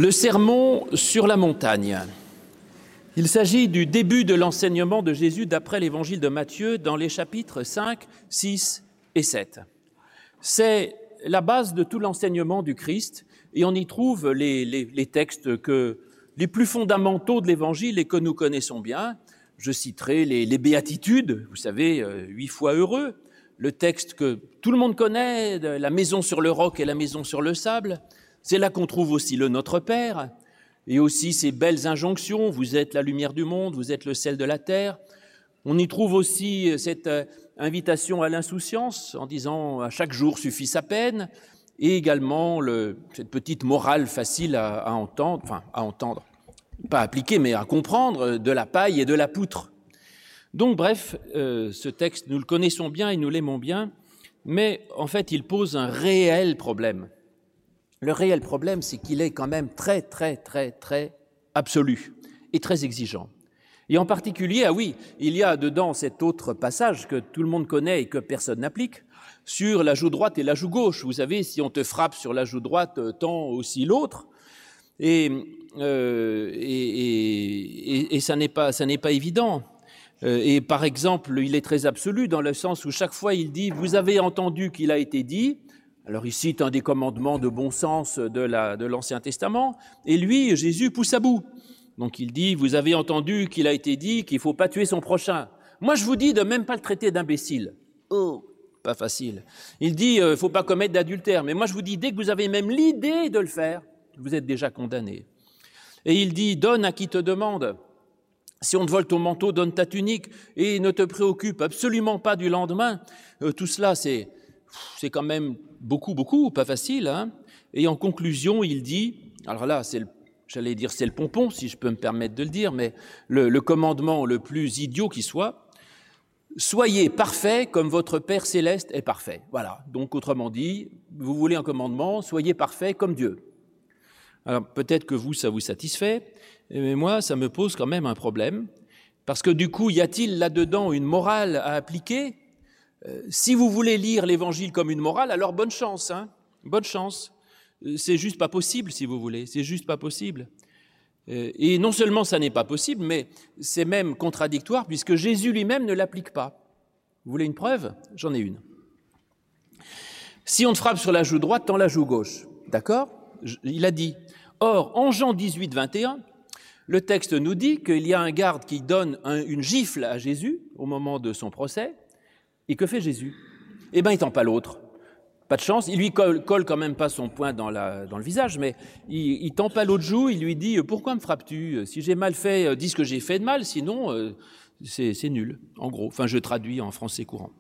Le sermon sur la montagne. Il s'agit du début de l'enseignement de Jésus d'après l'évangile de Matthieu dans les chapitres 5, 6 et 7. C'est la base de tout l'enseignement du Christ et on y trouve les textes les plus fondamentaux de l'évangile et que nous connaissons bien. Je citerai les béatitudes, vous savez, 8 fois heureux, le texte que tout le monde connaît, la maison sur le roc et la maison sur le sable. C'est là qu'on trouve aussi le Notre Père et aussi ces belles injonctions. Vous êtes la lumière du monde, vous êtes le sel de la terre. On y trouve aussi cette invitation à l'insouciance en disant « à chaque jour suffit sa peine » et également cette petite morale facile à entendre, pas appliquer mais à comprendre, de la paille et de la poutre. Donc bref, ce texte, nous le connaissons bien et nous l'aimons bien, mais en fait il pose un réel problème. Le réel problème, c'est qu'il est quand même très absolu et très exigeant. Et en particulier, il y a dedans cet autre passage que tout le monde connaît et que personne n'applique, sur la joue droite et la joue gauche. Vous savez, si on te frappe sur la joue droite, tends aussi l'autre. Et ça n'est pas évident. Et par exemple, il est très absolu dans le sens où chaque fois il dit « vous avez entendu qu'il a été dit ». Alors il cite un des commandements de bon sens de l'Ancien Testament, et lui, Jésus, pousse à bout. Donc il dit, vous avez entendu qu'il a été dit qu'il ne faut pas tuer son prochain. Moi je vous dis de même pas le traiter d'imbécile. Oh, pas facile. Il dit, il ne faut pas commettre d'adultère, mais moi je vous dis, dès que vous avez même l'idée de le faire, vous êtes déjà condamné. Et il dit, donne à qui te demande. Si on te vole ton manteau, donne ta tunique, et ne te préoccupe absolument pas du lendemain. Tout cela, c'est quand même beaucoup, pas facile. Hein. Et en conclusion, il dit, alors là, c'est le pompon, si je peux me permettre de le dire, mais le commandement le plus idiot qui soit, soyez parfaits comme votre Père Céleste est parfait. Voilà, donc autrement dit, vous voulez un commandement, soyez parfaits comme Dieu. Alors peut-être que vous, ça vous satisfait, mais moi, ça me pose quand même un problème, parce que du coup, y a-t-il là-dedans une morale à appliquer ? Si vous voulez lire l'Évangile comme une morale, alors bonne chance, hein, bonne chance. C'est juste pas possible, si vous voulez, c'est juste pas possible. Et non seulement ça n'est pas possible, mais c'est même contradictoire, puisque Jésus lui-même ne l'applique pas. Vous voulez une preuve ? J'en ai une. Si on te frappe sur la joue droite, tends la joue gauche. D'accord ? Il a dit. Or, en Jean 18, 21, le texte nous dit qu'il y a un garde qui donne une gifle à Jésus au moment de son procès. Et que fait Jésus ? Eh bien, il tend pas l'autre. Pas de chance. Il lui colle quand même pas son poing dans le visage, mais il tend pas l'autre joue. Il lui dit « Pourquoi me frappes-tu ? Si j'ai mal fait, dis ce que j'ai fait de mal, sinon c'est nul. » En gros, enfin, je traduis en français courant.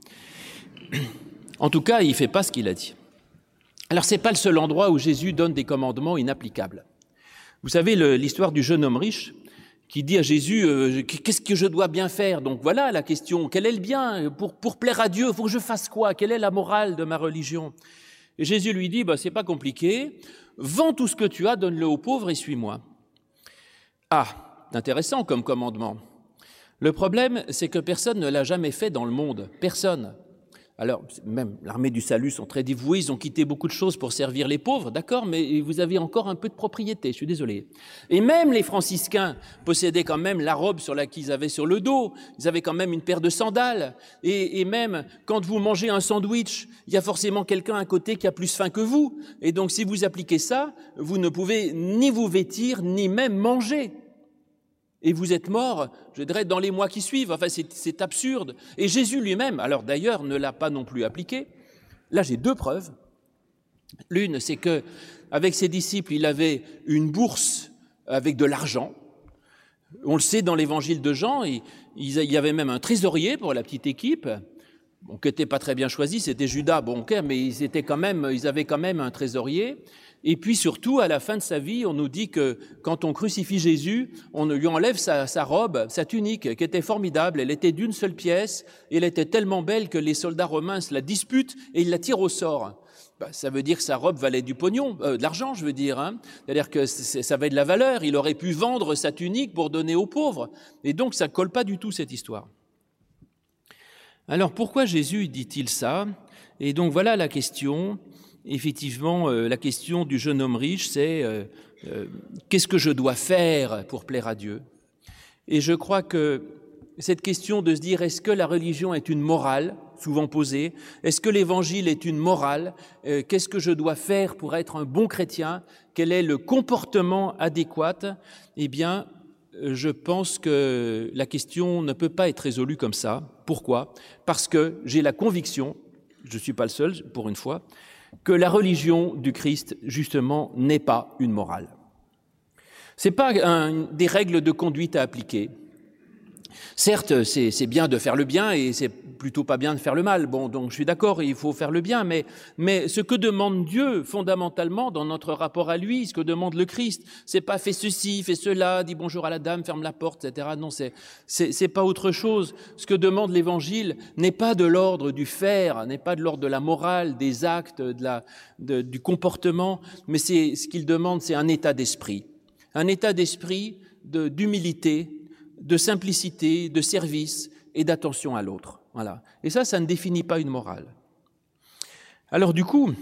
En tout cas, il fait pas ce qu'il a dit. Alors, c'est pas le seul endroit où Jésus donne des commandements inapplicables. Vous savez l'histoire du jeune homme riche qui dit à Jésus, qu'est-ce que je dois bien faire ? Donc voilà la question, quel est le bien ? Pour plaire à Dieu, il faut que je fasse quoi ? Quelle est la morale de ma religion ? Et Jésus lui dit, c'est pas compliqué, vends tout ce que tu as, donne-le aux pauvres et suis-moi. Ah, intéressant comme commandement. Le problème, c'est que personne ne l'a jamais fait dans le monde, personne. Alors, même l'armée du salut sont très dévoués, ils ont quitté beaucoup de choses pour servir les pauvres, d'accord, mais vous avez encore un peu de propriété, je suis désolé. Et même les franciscains possédaient quand même la robe qu'ils avaient sur le dos, ils avaient quand même une paire de sandales, et même quand vous mangez un sandwich, il y a forcément quelqu'un à côté qui a plus faim que vous, et donc si vous appliquez ça, vous ne pouvez ni vous vêtir, ni même manger. Et vous êtes mort, je dirais, dans les mois qui suivent. Enfin, c'est absurde. Et Jésus lui-même, alors d'ailleurs, ne l'a pas non plus appliqué. Là, j'ai deux preuves. L'une, c'est que avec ses disciples, il avait une bourse avec de l'argent. On le sait dans l'évangile de Jean, il y avait même un trésorier pour la petite équipe, qui n'était pas très bien choisi, c'était Judas, mais ils avaient quand même un trésorier. Et puis surtout, à la fin de sa vie, on nous dit que quand on crucifie Jésus, on lui enlève sa robe, sa tunique, qui était formidable. Elle était d'une seule pièce, et elle était tellement belle que les soldats romains se la disputent et ils la tirent au sort. Ça veut dire que sa robe valait du pognon, de l'argent, je veux dire. Hein. C'est-à-dire que ça avait de la valeur. Il aurait pu vendre sa tunique pour donner aux pauvres. Et donc, ça ne colle pas du tout, cette histoire. Alors, pourquoi Jésus dit-il ça ? Et donc, voilà la question. effectivement, la question du jeune homme riche, c'est qu'est-ce que je dois faire pour plaire à Dieu? Et je crois que cette question de se dire est-ce que la religion est une morale, souvent posée, est-ce que l'évangile est une morale, qu'est-ce que je dois faire pour être un bon chrétien, quel est le comportement adéquat? Eh bien, je pense que la question ne peut pas être résolue comme ça. Pourquoi? Parce que j'ai la conviction, je ne suis pas le seul pour une fois, que la religion du Christ, justement, n'est pas une morale. Ce n'est pas des règles de conduite à appliquer. Certes, c'est bien de faire le bien et c'est plutôt pas bien de faire le mal. Bon, donc je suis d'accord, il faut faire le bien, mais ce que demande Dieu fondamentalement dans notre rapport à lui, ce que demande le Christ, c'est pas fais ceci, fais cela, dis bonjour à la dame, ferme la porte, etc. Non, c'est pas autre chose. Ce que demande l'Évangile n'est pas de l'ordre du faire, n'est pas de l'ordre de la morale, des actes, du comportement, mais ce qu'il demande, c'est un état d'esprit d'humilité, de simplicité, de service et d'attention à l'autre. Voilà. Et ça ne définit pas une morale. Alors du coup,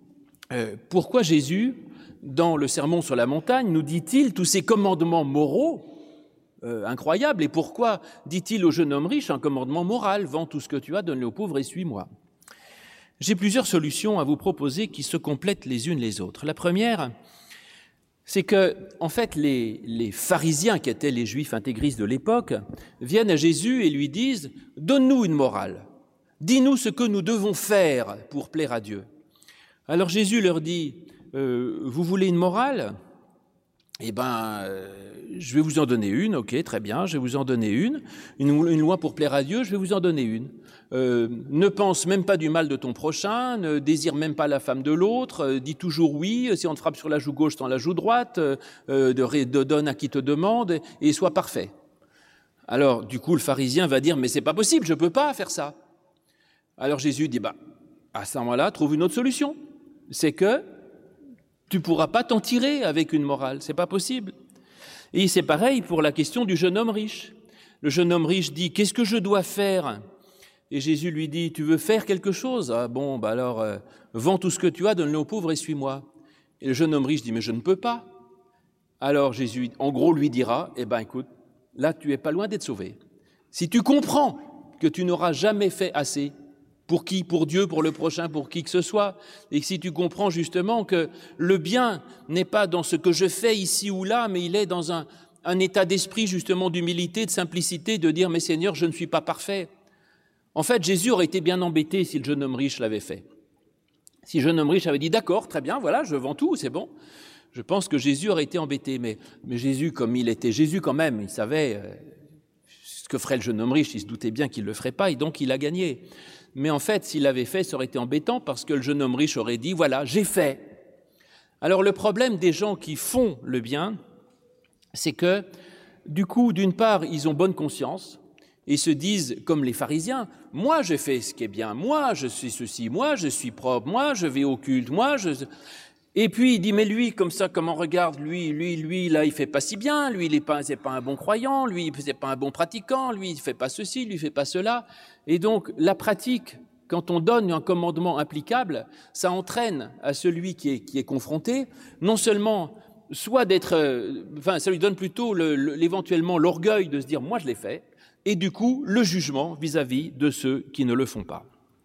pourquoi Jésus, dans le Sermon sur la montagne, nous dit-il tous ces commandements moraux incroyables? Et pourquoi dit-il au jeune homme riche un commandement moral? Vends tout ce que tu as, donne-le aux pauvres et suis-moi. J'ai plusieurs solutions à vous proposer qui se complètent les unes les autres. La première, c'est que, en fait, les pharisiens, qui étaient les juifs intégristes de l'époque, viennent à Jésus et lui disent « Donne-nous une morale, dis-nous ce que nous devons faire pour plaire à Dieu. » Alors Jésus leur dit « Vous voulez une morale ? Eh bien, je vais vous en donner une, ok, très bien, je vais vous en donner une loi pour plaire à Dieu, je vais vous en donner une. Ne pense même pas du mal de ton prochain, ne désire même pas la femme de l'autre, dis toujours oui, si on te frappe sur la joue gauche, tends la joue droite, donne à qui te demande, et sois parfait. » Alors, du coup, le pharisien va dire « Mais c'est pas possible, je peux pas faire ça. » Alors Jésus dit « À ce moment-là, trouve une autre solution. C'est que tu pourras pas t'en tirer avec une morale, c'est pas possible. » Et c'est pareil pour la question du jeune homme riche. Le jeune homme riche dit « Qu'est-ce que je dois faire ?» Et Jésus lui dit « Tu veux faire quelque chose ? Ah bon, alors, vends tout ce que tu as, donne-le aux pauvres et suis-moi. » Et le jeune homme riche dit « Mais je ne peux pas. » Alors Jésus, en gros, lui dira « Eh bien, écoute, là, tu es pas loin d'être sauvé. Si tu comprends que tu n'auras jamais fait assez, pour qui ? Pour Dieu, pour le prochain, pour qui que ce soit. Et si tu comprends justement que le bien n'est pas dans ce que je fais ici ou là, mais il est dans un état d'esprit justement d'humilité, de simplicité, de dire « Mais Seigneur, je ne suis pas parfait. » En fait, Jésus aurait été bien embêté si le jeune homme riche l'avait fait. Si le jeune homme riche avait dit « D'accord, très bien, voilà, je vends tout, c'est bon. » Je pense que Jésus aurait été embêté. Mais Jésus, comme il était Jésus quand même, il savait ce que ferait le jeune homme riche, il se doutait bien qu'il ne le ferait pas, et donc il a gagné. Mais en fait, s'il l'avait fait, ça aurait été embêtant parce que le jeune homme riche aurait dit « Voilà, j'ai fait. » Alors le problème des gens qui font le bien, c'est que, du coup, d'une part, ils ont bonne conscience et se disent, comme les pharisiens, « Moi, je fais ce qui est bien, moi, je suis ceci, moi, je suis propre, moi, je vais au culte, moi, je... » Et puis il dit « Mais lui, comme ça, comment regarde, lui, là, il fait pas si bien, lui, c'est pas un bon croyant, lui, c'est pas un bon pratiquant, lui, il fait pas ceci, lui, il fait pas cela. » Et donc, la pratique, quand on donne un commandement applicable, ça entraîne à celui qui est confronté, non seulement soit ça lui donne plutôt éventuellement l'orgueil de se dire « Moi, je l'ai fait », et du coup, le jugement vis-à-vis de ceux qui ne le font pas.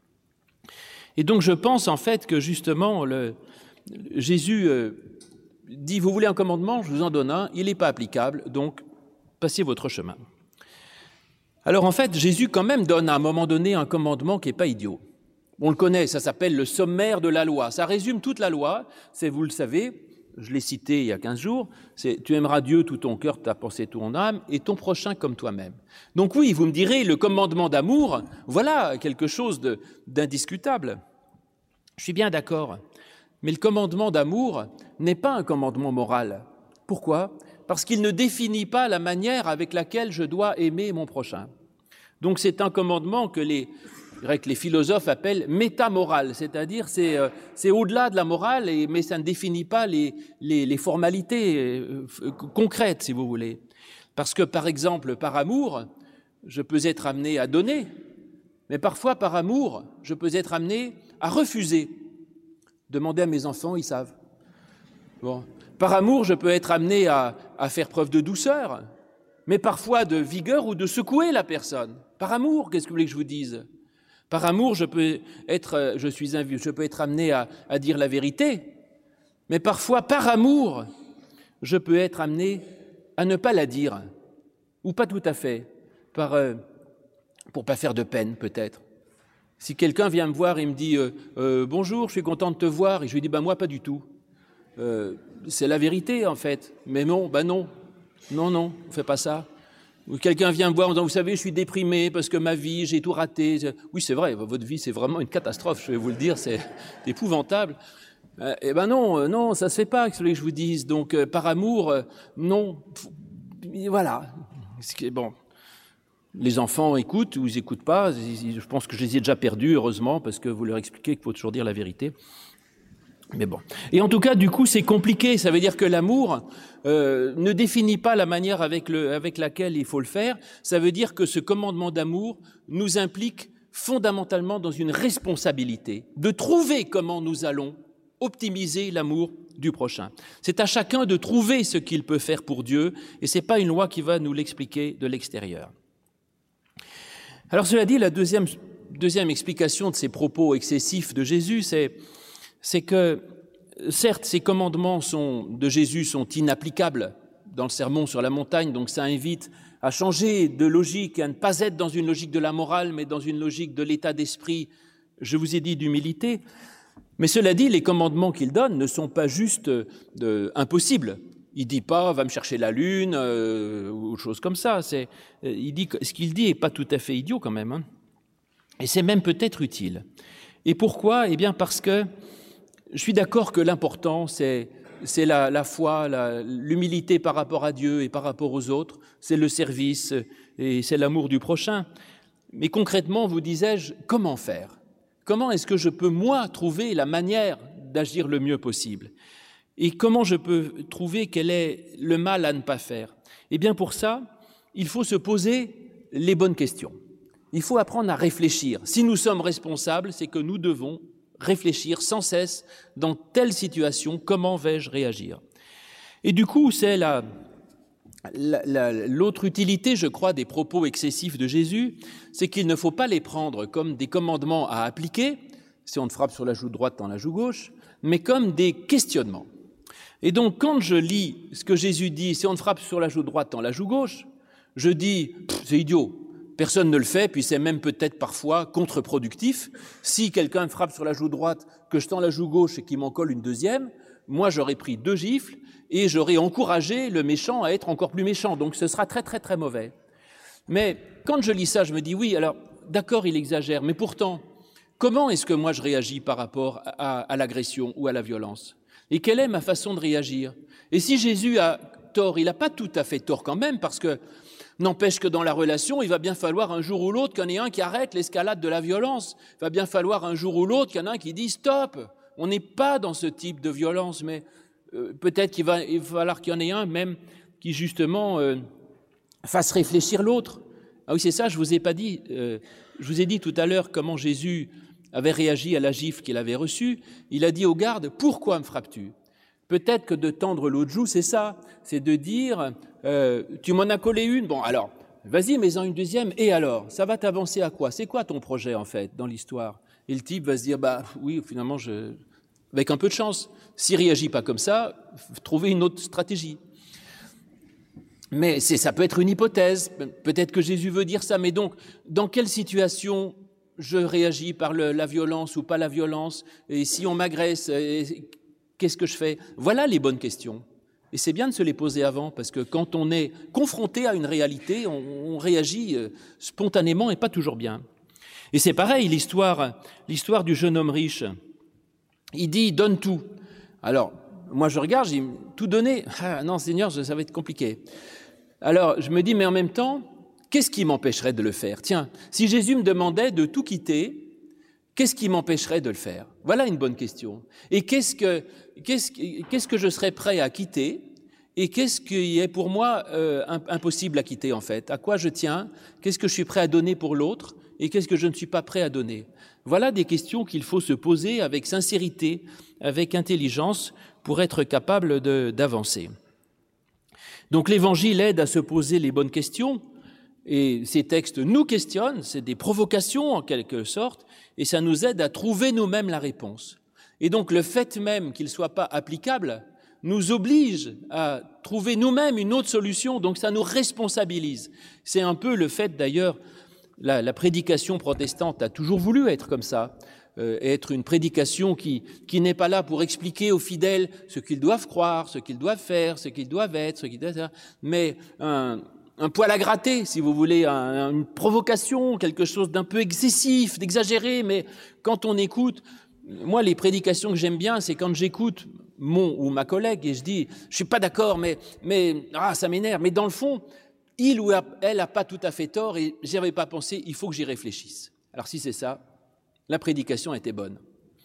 Et donc, je pense en fait que justement, Jésus dit « Vous voulez un commandement, je vous en donne un, il n'est pas applicable, donc passez votre chemin. » Alors en fait, Jésus quand même donne à un moment donné un commandement qui n'est pas idiot. On le connaît, ça s'appelle le sommaire de la loi. Ça résume toute la loi, c'est, vous le savez, je l'ai cité il y a 15 jours, c'est « Tu aimeras Dieu tout ton cœur, ta pensée, ton âme, et ton prochain comme toi-même. » Donc oui, vous me direz, le commandement d'amour, voilà quelque chose d'indiscutable. Je suis bien d'accord. Mais le commandement d'amour n'est pas un commandement moral. Pourquoi ? Parce qu'il ne définit pas la manière avec laquelle je dois aimer mon prochain. Donc c'est un commandement que les philosophes appellent métamoral, c'est-à-dire c'est au-delà de la morale, mais ça ne définit pas les formalités concrètes, si vous voulez. Parce que, par exemple, par amour, je peux être amené à donner, mais parfois, par amour, je peux être amené à refuser. Demandez à mes enfants, ils savent. Bon. Par amour, je peux être amené à faire preuve de douceur, mais parfois de vigueur ou de secouer la personne. Par amour, qu'est-ce que vous voulez que je vous dise? Par amour, je peux être amené à dire la vérité, mais parfois, par amour, je peux être amené à ne pas la dire, ou pas tout à fait, pour pas faire de peine, peut-être. Si quelqu'un vient me voir et me dit « Bonjour, je suis content de te voir », et je lui dis « Moi, pas du tout ». C'est la vérité, en fait. Mais non, non, on ne fait pas ça. Ou quelqu'un vient me voir en disant « Vous savez, je suis déprimé parce que ma vie, j'ai tout raté. » Oui, c'est vrai, votre vie, c'est vraiment une catastrophe, je vais vous le dire, c'est épouvantable. Non, ça se fait pas, que je vous dise. Donc, par amour, non. Voilà. Bon. Les enfants écoutent ou ils n'écoutent pas. Je pense que je les ai déjà perdus, heureusement, parce que vous leur expliquez qu'il faut toujours dire la vérité. Mais bon. Et en tout cas, du coup, c'est compliqué. Ça veut dire que l'amour ne définit pas la manière avec laquelle il faut le faire. Ça veut dire que ce commandement d'amour nous implique fondamentalement dans une responsabilité de trouver comment nous allons optimiser l'amour du prochain. C'est à chacun de trouver ce qu'il peut faire pour Dieu, et ce n'est pas une loi qui va nous l'expliquer de l'extérieur. Alors cela dit, la deuxième explication de ces propos excessifs de Jésus, c'est que, certes, ces commandements de Jésus sont inapplicables dans le sermon sur la montagne, donc ça invite à changer de logique, à ne pas être dans une logique de la morale, mais dans une logique de l'état d'esprit, je vous ai dit, d'humilité. Mais cela dit, les commandements qu'il donne ne sont pas juste impossibles. Il ne dit pas « va me chercher la lune » ou autre chose comme ça. Ce qu'il dit n'est pas tout à fait idiot quand même. Hein. Et c'est même peut-être utile. Et pourquoi ? Eh bien parce que je suis d'accord que l'important, c'est la foi, l'humilité par rapport à Dieu et par rapport aux autres, c'est le service et c'est l'amour du prochain. Mais concrètement, vous disais-je, comment faire ? Comment est-ce que je peux, moi, trouver la manière d'agir le mieux possible ? Et comment je peux trouver quel est le mal à ne pas faire ? Eh bien, pour ça, il faut se poser les bonnes questions. Il faut apprendre à réfléchir. Si nous sommes responsables, c'est que nous devons réfléchir sans cesse dans telle situation, comment vais-je réagir ? Et du coup, c'est l'autre utilité, je crois, des propos excessifs de Jésus, c'est qu'il ne faut pas les prendre comme des commandements à appliquer, si on te frappe sur la joue droite, dans la joue gauche, mais comme des questionnements. Et donc, quand je lis ce que Jésus dit, si on te frappe sur la joue droite, dans la joue gauche, je dis, c'est idiot, personne ne le fait, puis c'est même peut-être parfois contre-productif. Si quelqu'un me frappe sur la joue droite, que je tends la joue gauche et qu'il m'en colle une deuxième, moi j'aurais pris 2 gifles et j'aurais encouragé le méchant à être encore plus méchant. Donc ce sera très très très mauvais. Mais quand je lis ça, je me dis oui, alors d'accord, il exagère, mais pourtant, comment est-ce que moi je réagis par rapport à l'agression ou à la violence ? Et quelle est ma façon de réagir ? Et si Jésus a tort, il n'a pas tout à fait tort quand même, parce que n'empêche que dans la relation, il va bien falloir un jour ou l'autre qu'il y en ait un qui arrête l'escalade de la violence. Il va bien falloir un jour ou l'autre qu'il y en a un qui dise « stop ». On n'est pas dans ce type de violence, mais peut-être qu'il va falloir qu'il y en ait un même qui justement fasse réfléchir l'autre. Ah oui, c'est ça, je vous ai pas dit. Je vous ai dit tout à l'heure comment Jésus avait réagi à la gifle qu'il avait reçue. Il a dit au garde « pourquoi me frappes-tu » Peut-être que de tendre l'autre joue, c'est ça, c'est de dire tu m'en as collé une, bon alors, vas-y, mets-en une deuxième, et alors, ça va t'avancer à quoi ? C'est quoi ton projet en fait dans l'histoire ? Et le type va se dire oui, finalement, avec un peu de chance, s'il ne réagit pas comme ça, trouver une autre stratégie. Mais ça peut être une hypothèse, peut-être que Jésus veut dire ça, mais donc, dans quelle situation je réagis par la violence ou pas la violence ? Et si on m'agresse, qu'est-ce que je fais ? Voilà les bonnes questions. Et c'est bien de se les poser avant, parce que quand on est confronté à une réalité, on réagit spontanément et pas toujours bien. Et c'est pareil, l'histoire du jeune homme riche. Il dit « donne tout ». Alors, moi je regarde, j'ai tout donné. Ah non, Seigneur, ça va être compliqué. Alors, je me dis, mais en même temps, qu'est-ce qui m'empêcherait de le faire ? Tiens, si Jésus me demandait de tout quitter, qu'est-ce qui m'empêcherait de le faire ? Voilà une bonne question. Et qu'est-ce que je serais prêt à quitter ? Et qu'est-ce qui est pour moi impossible à quitter en fait ? À quoi je tiens ? Qu'est-ce que je suis prêt à donner pour l'autre ? et qu'est-ce que je ne suis pas prêt à donner? Voilà des questions qu'il faut se poser avec sincérité, avec intelligence, pour être capable d'avancer. Donc l'Évangile aide à se poser les bonnes questions, et ces textes nous questionnent, c'est des provocations en quelque sorte, et ça nous aide à trouver nous-mêmes la réponse. Et donc le fait même qu'ils ne soient pas applicables nous oblige à trouver nous-mêmes une autre solution, donc ça nous responsabilise. C'est un peu le fait d'ailleurs, la prédication protestante a toujours voulu être comme ça, être une prédication qui n'est pas là pour expliquer aux fidèles ce qu'ils doivent croire, ce qu'ils doivent faire, ce qu'ils doivent être, ce qu'ils doivent faire, mais un poil à gratter, si vous voulez, une provocation, quelque chose d'un peu excessif, d'exagéré, mais quand on écoute, moi les prédications que j'aime bien, c'est quand j'écoute mon ou ma collègue et je dis, je suis pas d'accord, mais ça m'énerve, mais dans le fond, il ou elle n'a pas tout à fait tort et j'y avais pas pensé, il faut que j'y réfléchisse. Alors si c'est ça, la prédication était bonne.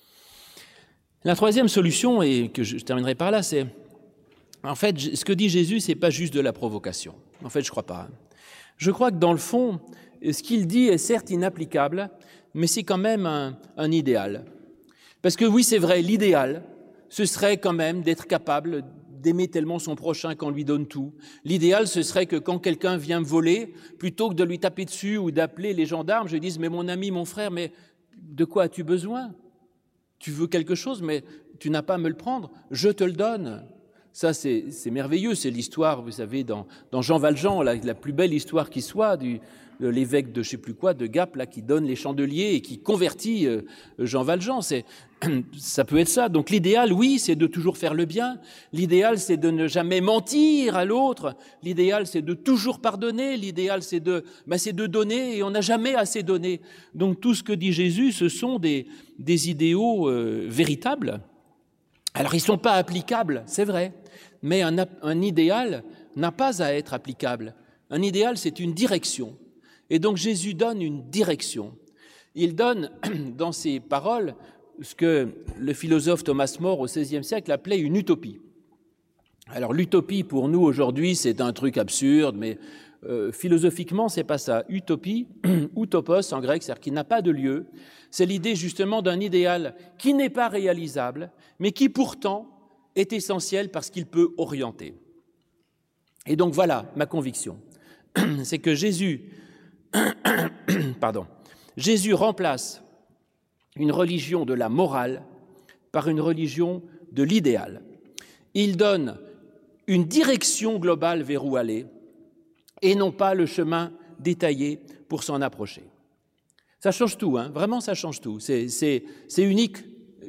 La troisième solution, et que je terminerai par là, c'est, en fait, ce que dit Jésus, c'est pas juste de la provocation. En fait, je crois pas. Je crois que dans le fond, ce qu'il dit est certes inapplicable, mais c'est quand même un idéal. Parce que oui, c'est vrai, l'idéal, ce serait quand même d'être capable d'aimer tellement son prochain qu'on lui donne tout. L'idéal, ce serait que quand quelqu'un vient me voler, plutôt que de lui taper dessus ou d'appeler les gendarmes, je dise « Mais mon ami, mon frère, mais de quoi as-tu besoin? Tu veux quelque chose, mais tu n'as pas à me le prendre. Je te le donne. » Ça, c'est merveilleux. C'est l'histoire, vous savez, dans Jean Valjean, la plus belle histoire qui soit, de l'évêque de je sais plus quoi, de Gap, là, qui donne les chandeliers et qui convertit Jean Valjean. Ça peut être ça. Donc l'idéal, oui, c'est de toujours faire le bien. L'idéal, c'est de ne jamais mentir à l'autre. L'idéal, c'est de toujours pardonner. L'idéal, c'est de donner et on n'a jamais assez donné. Donc tout ce que dit Jésus, ce sont des idéaux véritables. Alors ils ne sont pas applicables, c'est vrai, mais un idéal n'a pas à être applicable. Un idéal, c'est une direction. Et donc Jésus donne une direction. Il donne dans ses paroles ce que le philosophe Thomas More au XVIe siècle appelait une utopie. Alors l'utopie pour nous aujourd'hui c'est un truc absurde, mais philosophiquement c'est pas ça. Utopie, utopos en grec, c'est-à-dire qui n'a pas de lieu, c'est l'idée justement d'un idéal qui n'est pas réalisable, mais qui pourtant est essentiel parce qu'il peut orienter. Et donc voilà ma conviction, c'est que Jésus remplace une religion de la morale par une religion de l'idéal. Il donne une direction globale vers où aller et non pas le chemin détaillé pour s'en approcher. Ça change tout, hein, vraiment ça change tout. C'est unique.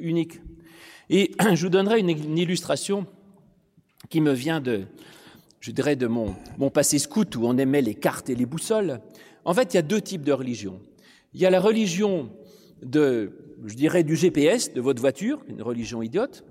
Et je vous donnerai une illustration qui me vient de mon passé scout où on aimait les cartes et les boussoles. En fait, il y a deux types de religions. Il y a la religion du GPS de votre voiture, une religion idiote,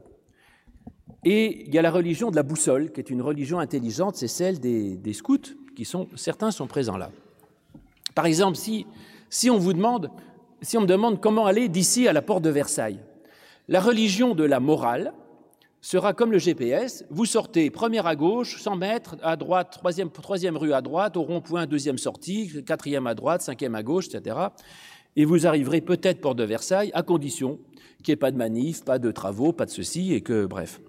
et il y a la religion de la boussole, qui est une religion intelligente, c'est celle des scouts, certains sont présents là. Par exemple, si on me demande comment aller d'ici à la porte de Versailles, la religion de la morale sera comme le GPS, vous sortez première à gauche, 100 mètres, à droite, troisième rue à droite, au rond-point, deuxième sortie, quatrième à droite, cinquième à gauche, etc. Et vous arriverez peut-être porte de Versailles, à condition qu'il n'y ait pas de manif, pas de travaux, pas de ceci, et que, bref.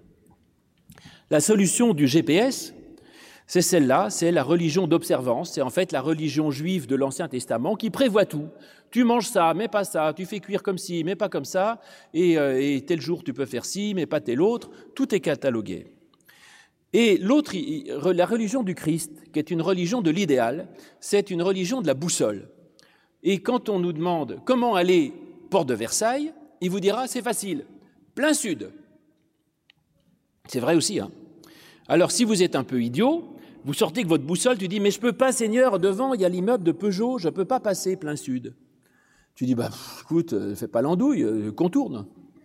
La solution du GPS, c'est celle-là, c'est la religion d'observance, c'est en fait la religion juive de l'Ancien Testament qui prévoit tout. Tu manges ça, mais pas ça, tu fais cuire comme ci, mais pas comme ça, et tel jour tu peux faire ci, mais pas tel autre, tout est catalogué. Et l'autre, la religion du Christ, qui est une religion de l'idéal, c'est une religion de la boussole. Et quand on nous demande comment aller porte de Versailles, il vous dira c'est facile, plein sud. C'est vrai aussi, hein. Alors si vous êtes un peu idiot, vous sortez avec votre boussole, tu dis mais je peux pas Seigneur, devant il y a l'immeuble de Peugeot, je peux pas passer plein sud. Tu dis écoute, fais pas l'andouille, contourne.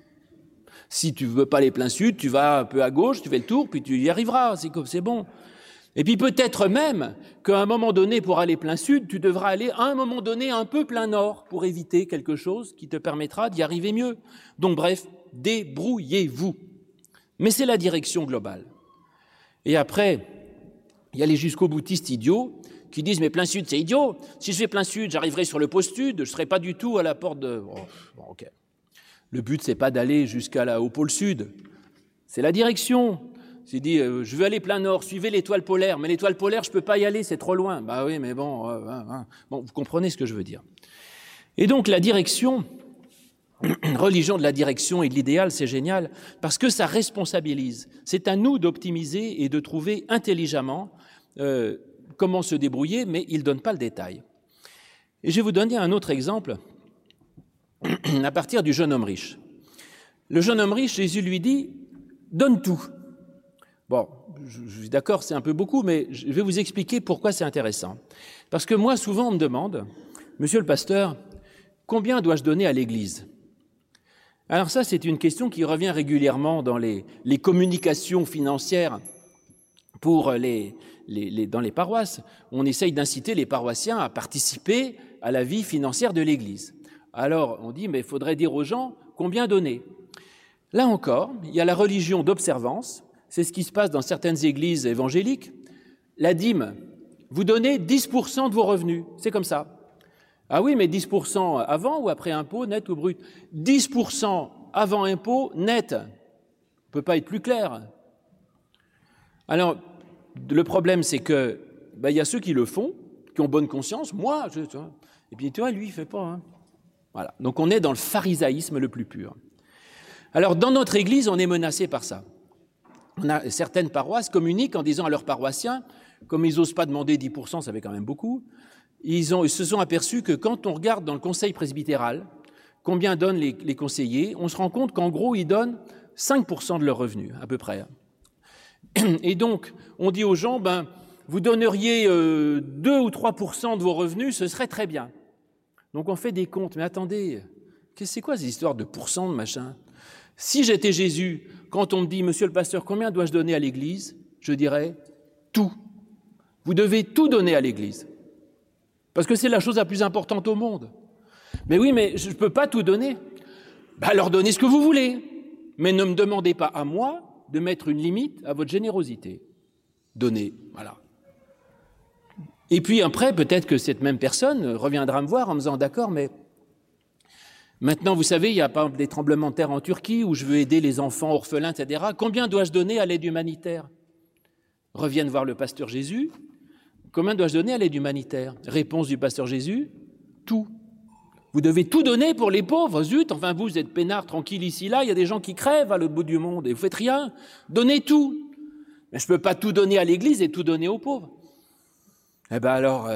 Si tu veux pas aller plein sud, tu vas un peu à gauche, tu fais le tour, puis tu y arriveras, c'est bon. Et puis peut-être même qu'à un moment donné, pour aller plein sud, tu devras aller à un moment donné un peu plein nord pour éviter quelque chose qui te permettra d'y arriver mieux. Donc bref, débrouillez-vous. Mais c'est la direction globale. Et après, il y a les jusqu'au-boutistes idiots qui disent « mais plein sud, c'est idiot. Si je fais plein sud, j'arriverai sur le pôle sud, je ne serai pas du tout à la porte de... » Bon, ok. Le but, c'est pas d'aller au pôle sud. C'est la direction. C'est dit, je veux aller plein nord, suivez l'étoile polaire. Mais l'étoile polaire, je peux pas y aller, c'est trop loin. Bah oui, mais bon, bon, vous comprenez ce que je veux dire. Et donc, la direction, religion de la direction et de l'idéal, c'est génial, parce que ça responsabilise. C'est à nous d'optimiser et de trouver intelligemment comment se débrouiller, mais il ne donne pas le détail. Et je vais vous donner un autre exemple à partir du jeune homme riche. Le jeune homme riche, Jésus lui dit « donne tout ». Bon, je suis d'accord, c'est un peu beaucoup, mais je vais vous expliquer pourquoi c'est intéressant. Parce que moi, souvent, on me demande « Monsieur le pasteur, combien dois-je donner à l'Église ?» Alors ça, c'est une question qui revient régulièrement dans les communications financières pour dans les paroisses. On essaye d'inciter les paroissiens à participer à la vie financière de l'Église. Alors, on dit, mais il faudrait dire aux gens combien donner. Là encore, il y a la religion d'observance, c'est ce qui se passe dans certaines églises évangéliques. La dîme, vous donnez 10% de vos revenus, c'est comme ça. Ah oui, mais 10% avant ou après impôt, net ou brut? 10% avant impôt, net. On ne peut pas être plus clair. Alors, le problème, c'est que il y a ceux qui le font, qui ont bonne conscience, moi, et puis tu vois, lui, il ne fait pas. Hein. Voilà. Donc on est dans le pharisaïsme le plus pur. Alors, dans notre Église, on est menacé par ça. Certaines paroisses communiquent en disant à leurs paroissiens, comme ils n'osent pas demander 10%, ça fait quand même beaucoup, ils se sont aperçus que quand on regarde dans le conseil presbytéral, combien donnent les conseillers, on se rend compte qu'en gros, ils donnent 5% de leurs revenus, à peu près. Et donc, on dit aux gens, vous donneriez 2 ou 3% de vos revenus, ce serait très bien. Donc on fait des comptes, mais attendez, c'est quoi ces histoires de pourcents, de machin? Si j'étais Jésus, quand on me dit, monsieur le pasteur, combien dois-je donner à l'Église? Je dirais, tout. Vous devez tout donner à l'Église. Parce que c'est la chose la plus importante au monde. Mais oui, mais je ne peux pas tout donner. Alors donnez ce que vous voulez. Mais ne me demandez pas à moi de mettre une limite à votre générosité. Donnez, voilà. Et puis après, peut-être que cette même personne reviendra me voir en me disant, d'accord, mais maintenant, vous savez, il y a par exemple des tremblements de terre en Turquie où je veux aider les enfants orphelins, etc. Combien dois-je donner à l'aide humanitaire? Reviennent voir le pasteur Jésus. Combien dois-je donner à l'aide humanitaire? Réponse du pasteur Jésus, tout. Vous devez tout donner pour les pauvres, zut, enfin vous êtes peinards, tranquilles ici, là, il y a des gens qui crèvent à l'autre bout du monde et vous faites rien. Donnez tout. Mais je ne peux pas tout donner à l'Église et tout donner aux pauvres. Eh bien alors,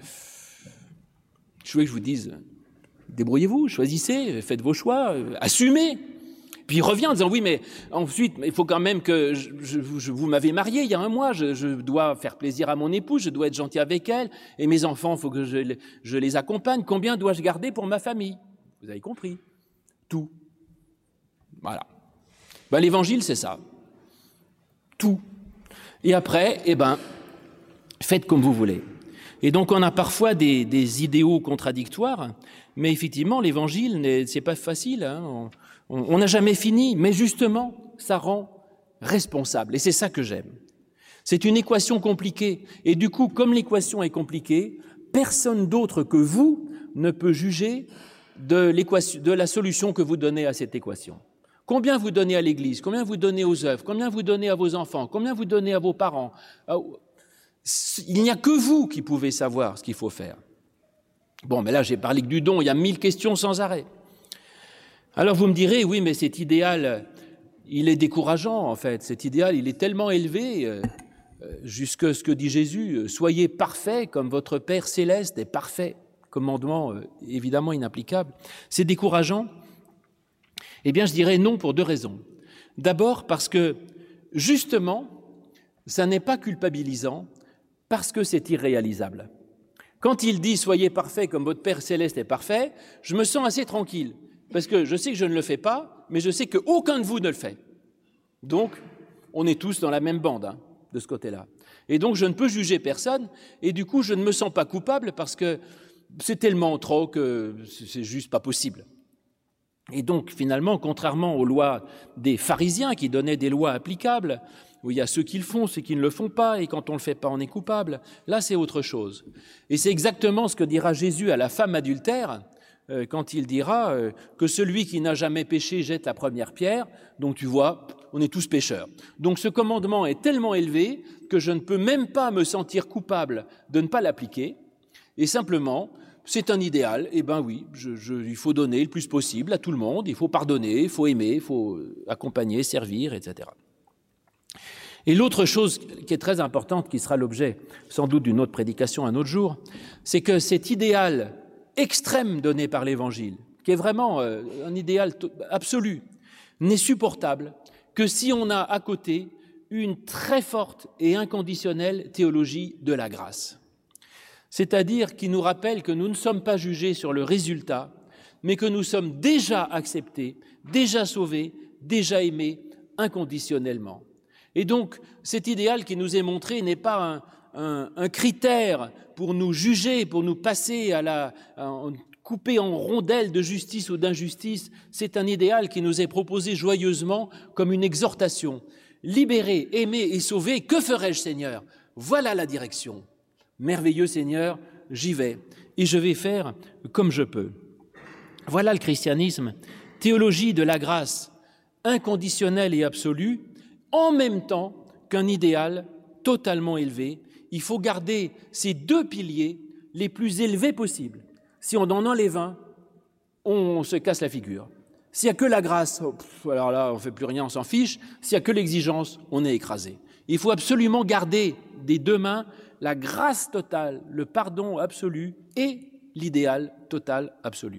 je voulais que je vous dise, débrouillez-vous, choisissez, faites vos choix, assumez. Puis il revient en disant, oui, mais ensuite, il faut quand même que vous m'avez marié il y a un mois, je dois faire plaisir à mon épouse, je dois être gentil avec elle, et mes enfants, il faut que je les accompagne. Combien dois-je garder pour ma famille? Vous avez compris? Tout. Voilà. L'évangile, c'est ça. Tout. Et après, faites comme vous voulez. Et donc, on a parfois des idéaux contradictoires, mais effectivement, l'évangile, c'est pas facile, hein. On n'a jamais fini, mais justement, ça rend responsable. Et c'est ça que j'aime. C'est une équation compliquée. Et du coup, comme l'équation est compliquée, personne d'autre que vous ne peut juger de la solution que vous donnez à cette équation. Combien vous donnez à l'Église? Combien vous donnez aux œuvres? Combien vous donnez à vos enfants? Combien vous donnez à vos parents? Il n'y a que vous qui pouvez savoir ce qu'il faut faire. Bon, mais là, j'ai parlé que du don. Il y a 1000 questions sans arrêt. Alors vous me direz, oui, mais cet idéal, il est décourageant en fait. Cet idéal, il est tellement élevé, jusque ce que dit Jésus, soyez parfaits comme votre Père céleste est parfait. Commandement évidemment inapplicable. C'est décourageant? Eh bien, je dirais non pour 2 raisons. D'abord parce que, justement, ça n'est pas culpabilisant, parce que c'est irréalisable. Quand il dit « soyez parfaits comme votre Père céleste est parfait », je me sens assez tranquille. Parce que je sais que je ne le fais pas, mais je sais qu'aucun de vous ne le fait. Donc, on est tous dans la même bande, hein, de ce côté-là. Et donc, je ne peux juger personne, et du coup, je ne me sens pas coupable parce que c'est tellement trop que c'est juste pas possible. Et donc, finalement, contrairement aux lois des pharisiens qui donnaient des lois applicables, où il y a ceux qui le font, ceux qui ne le font pas, et quand on ne le fait pas, on est coupable. Là, c'est autre chose. Et c'est exactement ce que dira Jésus à la femme adultère, quand il dira que celui qui n'a jamais péché jette la première pierre. Donc tu vois, on est tous pécheurs. Donc ce commandement est tellement élevé que je ne peux même pas me sentir coupable de ne pas l'appliquer. Et simplement, c'est un idéal. Eh bien oui, il faut donner le plus possible à tout le monde, il faut pardonner, il faut aimer, il faut accompagner, servir, etc. Et l'autre chose qui est très importante, qui sera l'objet sans doute d'une autre prédication un autre jour, c'est que cet idéal extrême donné par l'Évangile, qui est vraiment un idéal absolu, n'est supportable que si on a à côté une très forte et inconditionnelle théologie de la grâce. C'est-à-dire qui nous rappelle que nous ne sommes pas jugés sur le résultat, mais que nous sommes déjà acceptés, déjà sauvés, déjà aimés inconditionnellement. Et donc, cet idéal qui nous est montré n'est pas un critère pour nous juger, pour nous passer couper en rondelles de justice ou d'injustice. C'est un idéal qui nous est proposé joyeusement comme une exhortation. Libéré, aimé et sauvé, que ferai-je, Seigneur? Voilà la direction. Merveilleux Seigneur, j'y vais, et je vais faire comme je peux. Voilà le christianisme, théologie de la grâce, inconditionnelle et absolue, en même temps qu'un idéal totalement élevé. Il faut garder ces deux piliers les plus élevés possibles. Si on en enlève un, on se casse la figure. S'il n'y a que la grâce, alors là, on ne fait plus rien, on s'en fiche. S'il n'y a que l'exigence, on est écrasé. Il faut absolument garder des deux mains la grâce totale, le pardon absolu et l'idéal total absolu.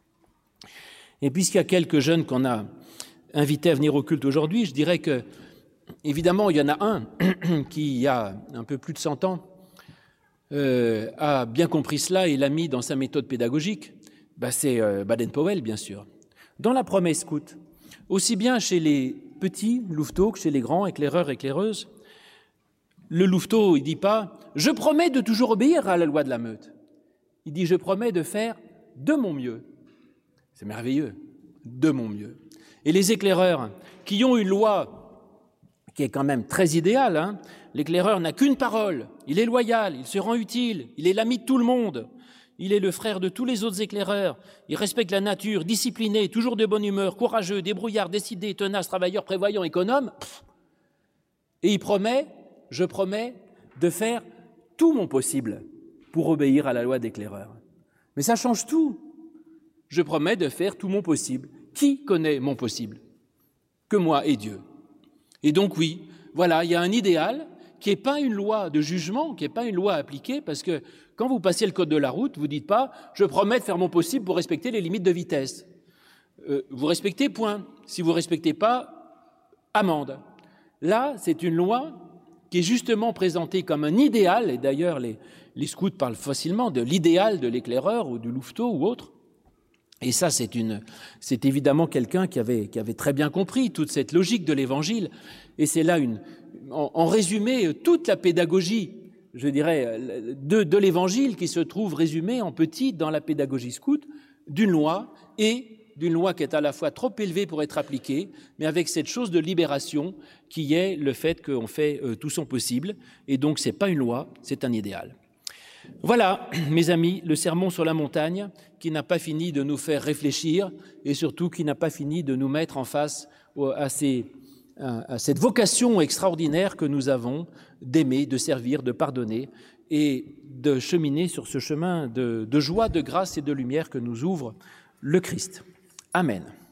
Et puisqu'il y a quelques jeunes qu'on a invités à venir au culte aujourd'hui, je dirais que, évidemment, il y en a un qui, il y a un peu plus de 100 ans, a bien compris cela et l'a mis dans sa méthode pédagogique. C'est Baden-Powell, bien sûr. Dans la promesse scout, aussi bien chez les petits louveteaux que chez les grands éclaireurs, éclaireuses, le louveteau, il ne dit pas « je promets de toujours obéir à la loi de la meute ». Il dit « je promets de faire de mon mieux ». C'est merveilleux, de mon mieux. Et les éclaireurs, qui ont une loi qui est quand même très idéale, l'éclaireur n'a qu'une parole, il est loyal, il se rend utile, il est l'ami de tout le monde, il est le frère de tous les autres éclaireurs, il respecte la nature, discipliné, toujours de bonne humeur, courageux, débrouillard, décidé, tenace, travailleur, prévoyant, économe. Et il promet... Je promets de faire tout mon possible pour obéir à la loi d'éclaireur. Mais ça change tout. Je promets de faire tout mon possible. Qui connaît mon possible? Que moi et Dieu. Et donc oui, voilà, il y a un idéal qui n'est pas une loi de jugement, qui n'est pas une loi appliquée, parce que quand vous passez le code de la route, vous ne dites pas « je promets de faire mon possible pour respecter les limites de vitesse ». Vous respectez, point. Si vous ne respectez pas, amende. Là, c'est une loi qui est justement présenté comme un idéal, et d'ailleurs les scouts parlent facilement de l'idéal de l'éclaireur ou du louveteau ou autre. Et ça, c'est évidemment quelqu'un qui avait très bien compris toute cette logique de l'Évangile. Et c'est là, en résumé, toute la pédagogie, je dirais, de l'Évangile qui se trouve résumée en petit dans la pédagogie scout d'une loi et d'une loi qui est à la fois trop élevée pour être appliquée, mais avec cette chose de libération qui est le fait qu'on fait tout son possible. Et donc, ce n'est pas une loi, c'est un idéal. Voilà, mes amis, le sermon sur la montagne qui n'a pas fini de nous faire réfléchir et surtout qui n'a pas fini de nous mettre en face à cette vocation extraordinaire que nous avons d'aimer, de servir, de pardonner et de cheminer sur ce chemin de joie, de grâce et de lumière que nous ouvre le Christ. Amen.